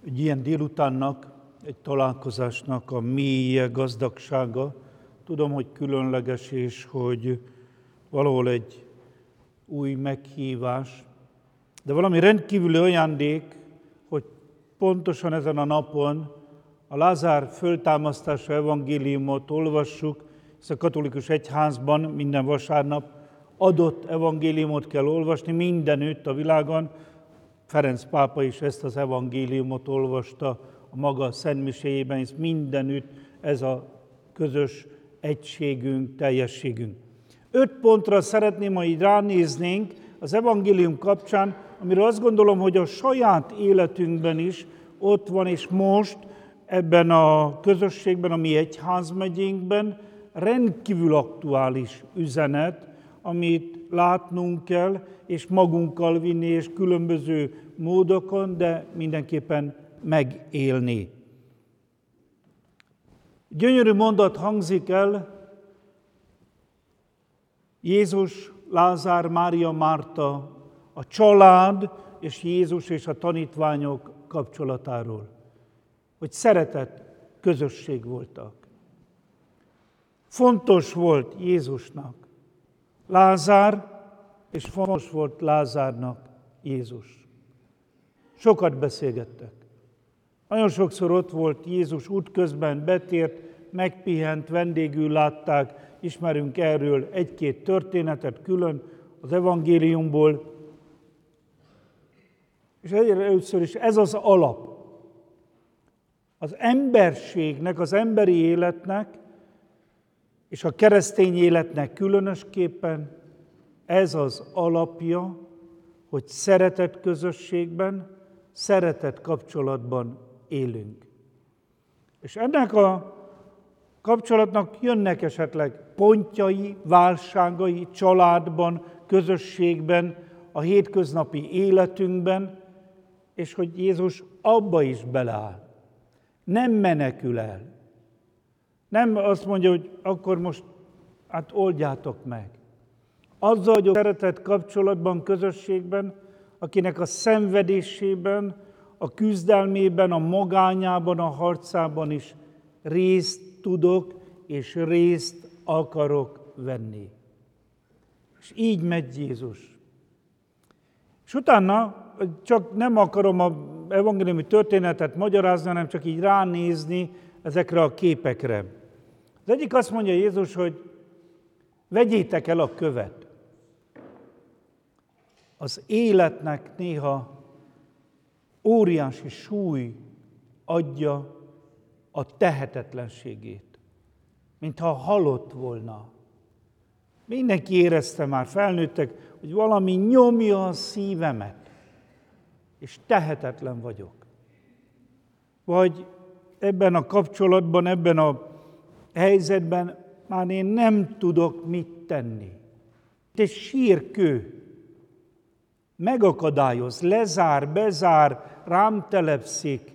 egy ilyen délutánnak, egy találkozásnak a mélye gazdagsága. Tudom, hogy különleges, és hogy valahol egy új meghívás, de valami rendkívüli ajándék, hogy pontosan ezen a napon a Lázár föltámasztása evangéliumot olvassuk, hisz a katolikus egyházban minden vasárnap adott evangéliumot kell olvasni mindenütt a világon. Ferenc pápa is ezt az evangéliumot olvasta a maga szentmiséjében, hisz mindenütt ez a közös egységünk, teljességünk. 5 pontra szeretném, ha így ránéznénk az evangélium kapcsán, amiről azt gondolom, hogy a saját életünkben is ott van, és most ebben a közösségben, a mi egyházmegyénkben rendkívül aktuális üzenet, amit látnunk kell, és magunkkal vinni, és különböző módokon, de mindenképpen megélni. Gyönyörű mondat hangzik el, Jézus, Lázár, Mária, Márta, a család és Jézus és a tanítványok kapcsolatáról, hogy szeretett közösség voltak. Fontos volt Jézusnak Lázár, és fontos volt Lázárnak Jézus. Sokat beszélgettek. Nagyon sokszor ott volt Jézus útközben, betért, megpihent, vendégül látták, ismerünk erről 1-2 történetet külön az evangéliumból. És először is ez az alap. Az emberségnek, az emberi életnek, és a keresztény életnek különösképpen ez az alapja, hogy szeretett közösségben, szeretett kapcsolatban élünk. És ennek a kapcsolatnak jönnek esetleg pontjai, válságai, családban, közösségben, a hétköznapi életünkben, és hogy Jézus abba is beleáll. Nem menekül el. Nem azt mondja, hogy akkor most oldjátok meg. Azzal, hogy a szeretett kapcsolatban, közösségben, akinek a szenvedésében, a küzdelmében, a magányában, a harcában is részt tudok és részt akarok venni. És így megy Jézus. És utána csak nem akarom az evangéliumi történetet magyarázni, hanem csak így ránézni ezekre a képekre. Az egyik azt mondja Jézus, hogy vegyétek el a követ. Az életnek néha óriási súly adja a tehetetlenségét, mintha halott volna. Mindenki érezte már, felnőttek, hogy valami nyomja a szívemet, és tehetetlen vagyok. Vagy ebben a kapcsolatban, ebben a helyzetben már én nem tudok mit tenni. Egy sírkő megakadályoz, lezár, bezár, rám telepszik.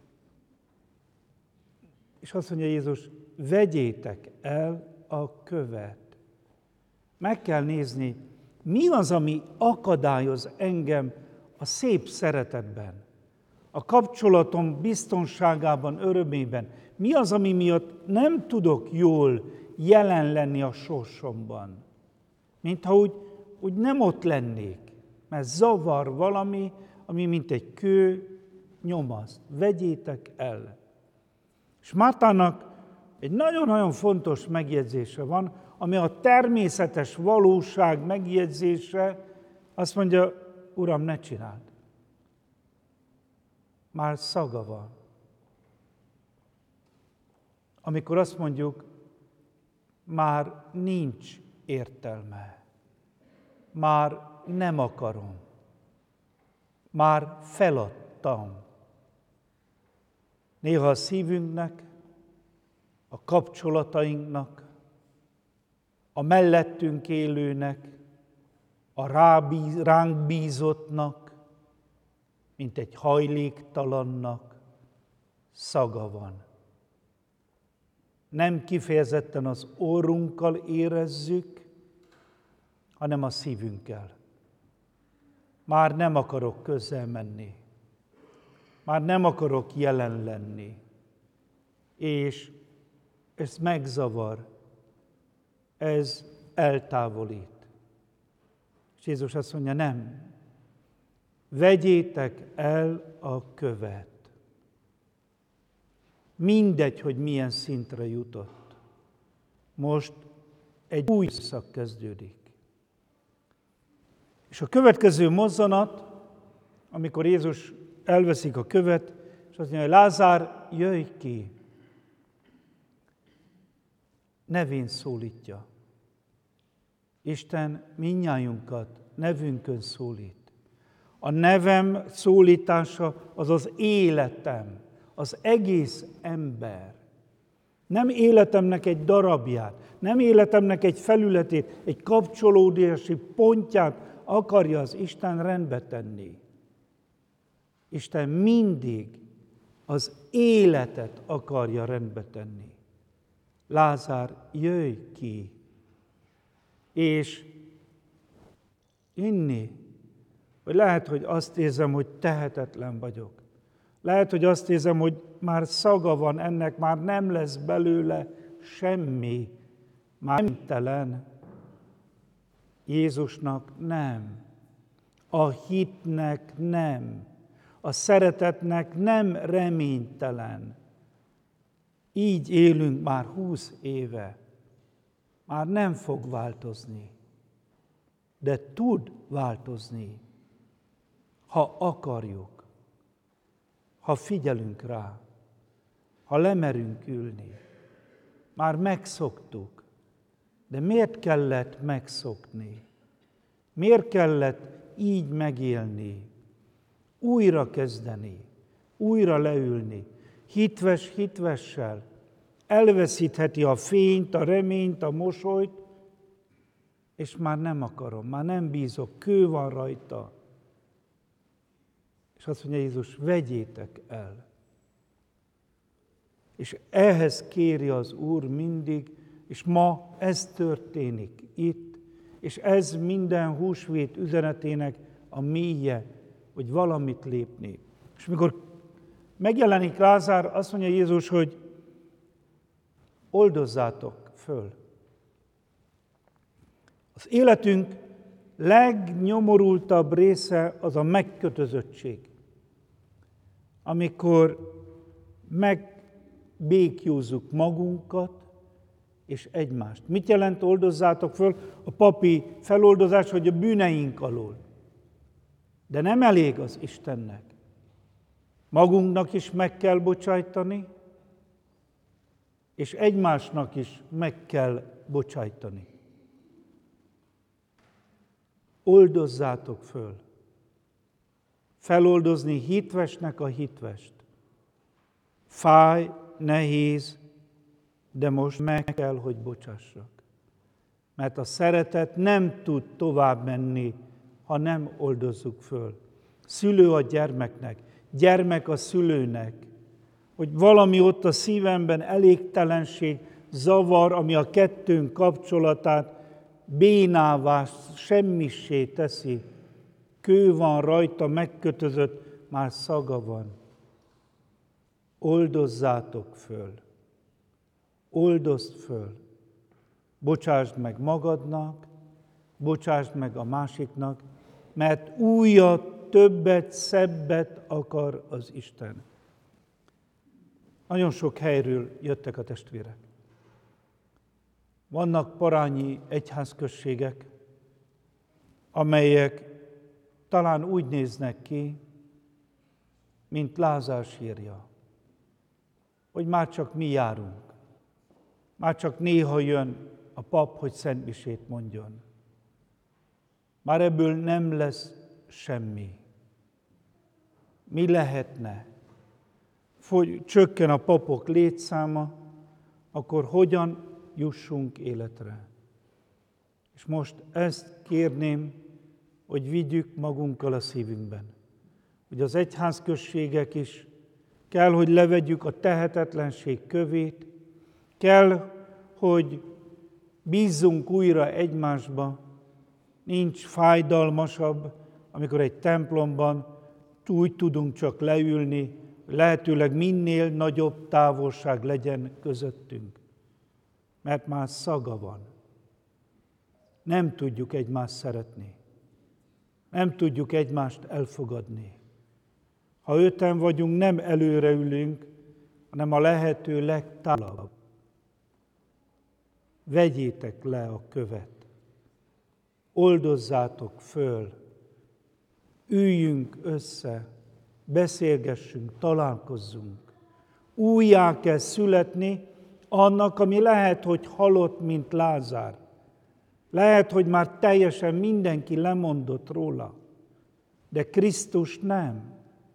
És azt mondja Jézus, vegyétek el a követ. Meg kell nézni, mi az, ami akadályoz engem a szép szeretetben, a kapcsolatom biztonságában, örömében. Mi az, ami miatt nem tudok jól jelen lenni a sorsomban? Mintha úgy nem ott lennék, mert zavar valami, ami mint egy kő nyomaszt. Vegyétek el. És Mártának egy nagyon-nagyon fontos megjegyzése van, ami a természetes valóság megjegyzése, azt mondja, Uram, ne csináld. Már szaga van. Amikor azt mondjuk, már nincs értelme. Már nem akarom. Már feladtam. Néha a szívünknek, a kapcsolatainknak, a mellettünk élőnek, a ránk bízottnak, mint egy hajléktalannak szaga van. Nem kifejezetten az orrunkkal érezzük, hanem a szívünkkel. Már nem akarok közel menni. már nem akarok jelen lenni. És ez megzavar, ez eltávolít. És Jézus azt mondja, nem. Vegyétek el a követ. Mindegy, hogy milyen szintre jutott. Most egy új szak kezdődik. És a következő mozzanat, amikor Jézus elveszik a követ, és azt mondja, hogy Lázár, jöjj ki. Nevén szólítja. Isten mindnyájunkat nevünkön szólít. A nevem szólítása az az életem, az egész ember. Nem életemnek egy darabját, nem életemnek egy felületét, egy kapcsolódási pontját akarja az Isten rendbe tenni. Isten mindig az életet akarja rendbe tenni. Lázár, jöjj ki, és inni, vagy lehet, hogy azt érzem, hogy tehetetlen vagyok. Lehet, hogy azt érzem, hogy már szaga van ennek, már nem lesz belőle semmi, már reménytelen. Jézusnak nem, a hitnek nem, a szeretetnek nem reménytelen. Így élünk már 20 éve. Már nem fog változni, de tud változni, ha akarjuk, ha figyelünk rá, ha lemerünk ülni. Már megszoktuk, de miért kellett megszokni? Miért kellett így megélni? Újra kezdeni, újra leülni, hitvessel, elveszítheti a fényt, a reményt, a mosolyt, és már nem akarom, már nem bízok, kő van rajta. És azt mondja Jézus, vegyétek el. És ehhez kéri az Úr mindig, és ma ez történik itt, és ez minden húsvét üzenetének a mélye, hogy valamit lépni. És mikor megjelenik Lázár, azt mondja Jézus, hogy oldozzátok föl. Az életünk legnyomorultabb része az a megkötözöttség. Amikor megbékjózzuk magunkat és egymást. Mit jelent oldozzátok föl? A papi feloldozás, hogy a bűneink alól. De nem elég az Istennek. Magunknak is meg kell bocsájtani, és egymásnak is meg kell bocsájtani. Oldozzátok föl. Feloldozni hitvesnek a hitvest. Fáj, nehéz, de most meg kell, hogy bocsássak. Mert a szeretet nem tud tovább menni, ha nem oldozzuk föl. Szülő a gyermeknek, gyermek a szülőnek, hogy valami ott a szívemben elégtelenség, zavar, ami a kettőnk kapcsolatát bénává, semmissé teszi. Kő van rajta, megkötözött, már szaga van. Oldozzátok föl. Oldozd föl. Bocsásd meg magadnak, bocsásd meg a másiknak, mert újat, többet, szebbet akar az Isten. Nagyon sok helyről jöttek a testvérek. Vannak parányi egyházközségek, amelyek talán úgy néznek ki, mint Lázár sírja, hogy már csak mi járunk. Már csak néha jön a pap, hogy szentmisét mondjon. Már ebből nem lesz semmi. Mi lehetne? Csökken a papok létszáma, akkor hogyan jussunk életre? És most ezt kérném, hogy vigyük magunkkal a szívünkben. Hogy az egyházközségek is kell, hogy levegyük a tehetetlenség kövét, kell, hogy bízzunk újra egymásba. Nincs fájdalmasabb, amikor egy templomban úgy tudunk csak leülni, lehetőleg minél nagyobb távolság legyen közöttünk, mert már szaga van. Nem tudjuk egymást szeretni. Nem tudjuk egymást elfogadni. Ha öten vagyunk, nem előre ülünk, hanem a lehető legtávolabb. Vegyétek le a követ. Oldozzátok föl. Üljünk össze, beszélgessünk, találkozzunk. Újjá kell születni annak, ami lehet, hogy halott, mint Lázár. Lehet, hogy már teljesen mindenki lemondott róla, de Krisztus nem.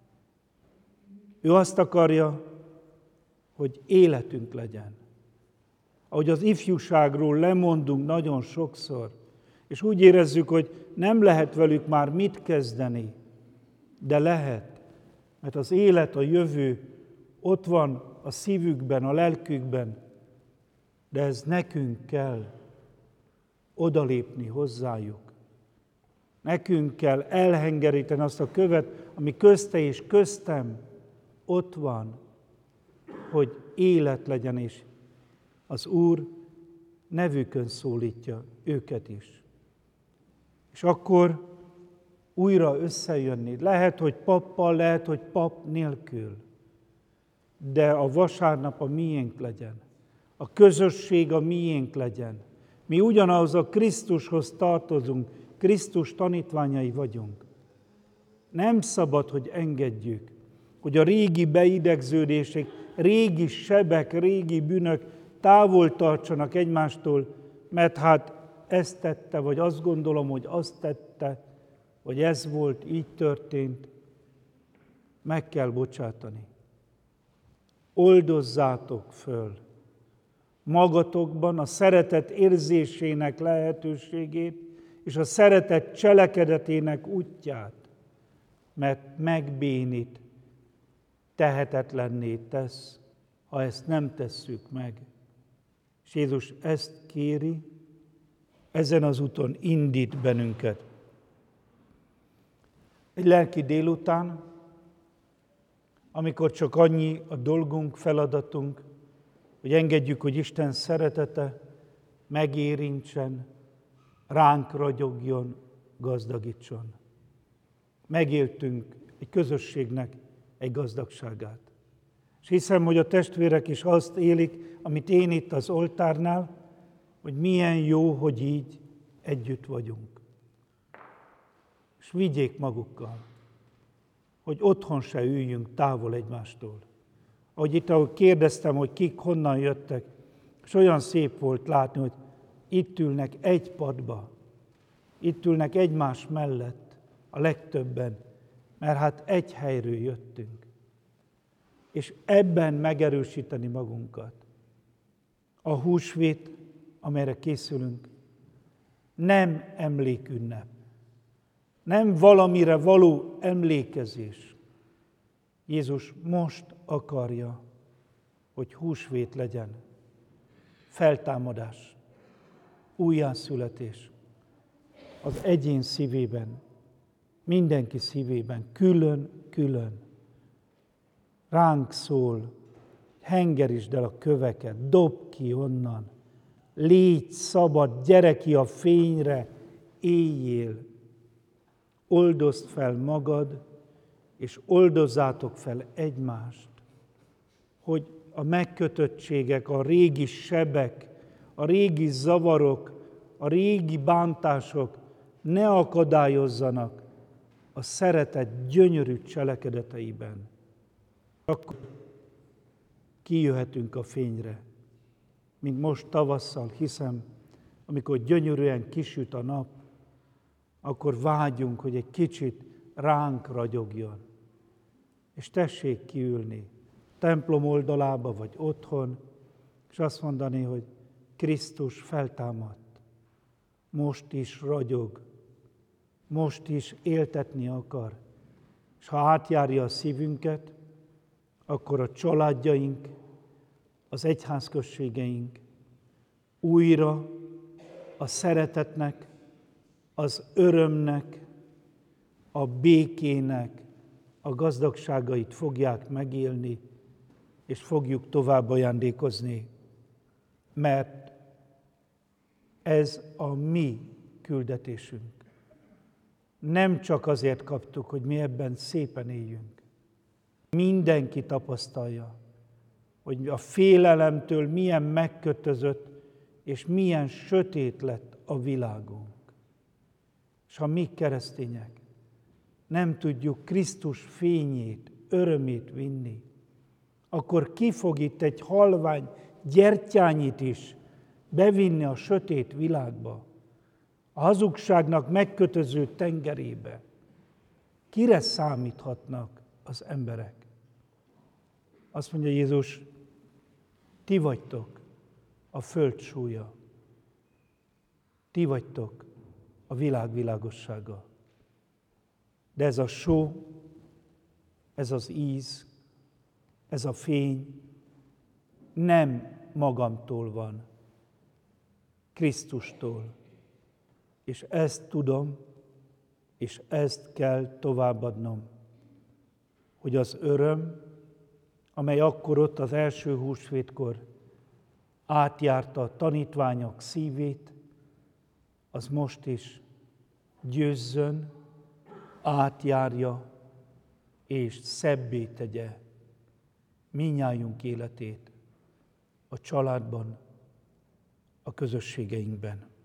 Ő azt akarja, hogy életünk legyen. Ahogy az ifjúságról lemondunk nagyon sokszor, és úgy érezzük, hogy nem lehet velük már mit kezdeni, de lehet, mert az élet, a jövő ott van a szívükben, a lelkükben, de ez nekünk kell odalépni hozzájuk. Nekünk kell elhengeríteni azt a követ, ami közte és köztem ott van, hogy élet legyen, és az Úr nevükön szólítja őket is. És akkor újra összejönni. Lehet, hogy pappal, lehet, hogy pap nélkül. De a vasárnap a miénk legyen. A közösség a miénk legyen. Mi ugyanahhoz a Krisztushoz tartozunk, Krisztus tanítványai vagyunk. Nem szabad, hogy engedjük, hogy a régi beidegződések, régi sebek, régi bűnök távol tartsanak egymástól, mert hát ezt tette, vagy azt gondolom, hogy azt tette, vagy ez volt, így történt. Meg kell bocsátani. Oldozzátok föl magatokban a szeretet érzésének lehetőségét, és a szeretet cselekedetének útját, mert megbénít, tehetetlenné tesz, ha ezt nem tesszük meg. És Jézus ezt kéri, ezen az úton indít bennünket. Egy lelki délután, amikor csak annyi a dolgunk, feladatunk, hogy engedjük, hogy Isten szeretete megérintsen, ránk ragyogjon, gazdagítson. Megéltünk egy közösségnek egy gazdagságát. És hiszem, hogy a testvérek is azt élik, amit én itt az oltárnál, hogy milyen jó, hogy így együtt vagyunk. És vigyék magukkal, hogy otthon se üljünk távol egymástól. Ahogy itt, ahogy kérdeztem, hogy kik honnan jöttek, és olyan szép volt látni, hogy itt ülnek egy padba, itt ülnek egymás mellett a legtöbben, mert hát egy helyről jöttünk. És ebben megerősíteni magunkat. A húsvét, amelyre készülünk, nem emlékünnep, nem valamire való emlékezés. Jézus most akarja, hogy húsvét legyen, feltámadás, újjászületés az egyén szívében, mindenki szívében, külön-külön. Ránk szól, hengerisd el a köveket, dob ki onnan, légy szabad, gyere ki a fényre, éljél. Oldozd fel magad, és oldozzátok fel egymást, hogy a megkötöttségek, a régi sebek, a régi zavarok, a régi bántások ne akadályozzanak a szeretet gyönyörű cselekedeteiben. Akkor kijöhetünk a fényre, mint most tavasszal, hiszem, amikor gyönyörűen kisüt a nap, akkor vágyunk, hogy egy kicsit ránk ragyogjon. És tessék kiülni, templom oldalába vagy otthon, és azt mondani, hogy Krisztus feltámadt, most is ragyog, most is éltetni akar. És ha átjárja a szívünket, akkor a családjaink, az egyházközségeink újra a szeretetnek, az örömnek, a békének, a gazdagságait fogják megélni, és fogjuk tovább ajándékozni, mert ez a mi küldetésünk. Nem csak azért kaptuk, hogy mi ebben szépen éljünk. Mindenki tapasztalja, hogy a félelemtől milyen megkötözött és milyen sötét lett a világunk. És ha mi keresztények nem tudjuk Krisztus fényét, örömét vinni, akkor ki fog itt egy halvány gyertyányit is bevinni a sötét világba, a hazugságnak megkötöző tengerébe? Kire számíthatnak az emberek? Azt mondja Jézus, ti vagytok a föld súlya. Ti vagytok a világ világossága. De ez a só, ez az íz, ez a fény nem magamtól van, Krisztustól. És ezt tudom, és ezt kell továbbadnom, hogy az öröm, amely akkor ott az első húsvétkor átjárta a tanítványok szívét, az most is győzzön, átjárja és szebbé tegye mindnyájunk életét a családban, a közösségeinkben.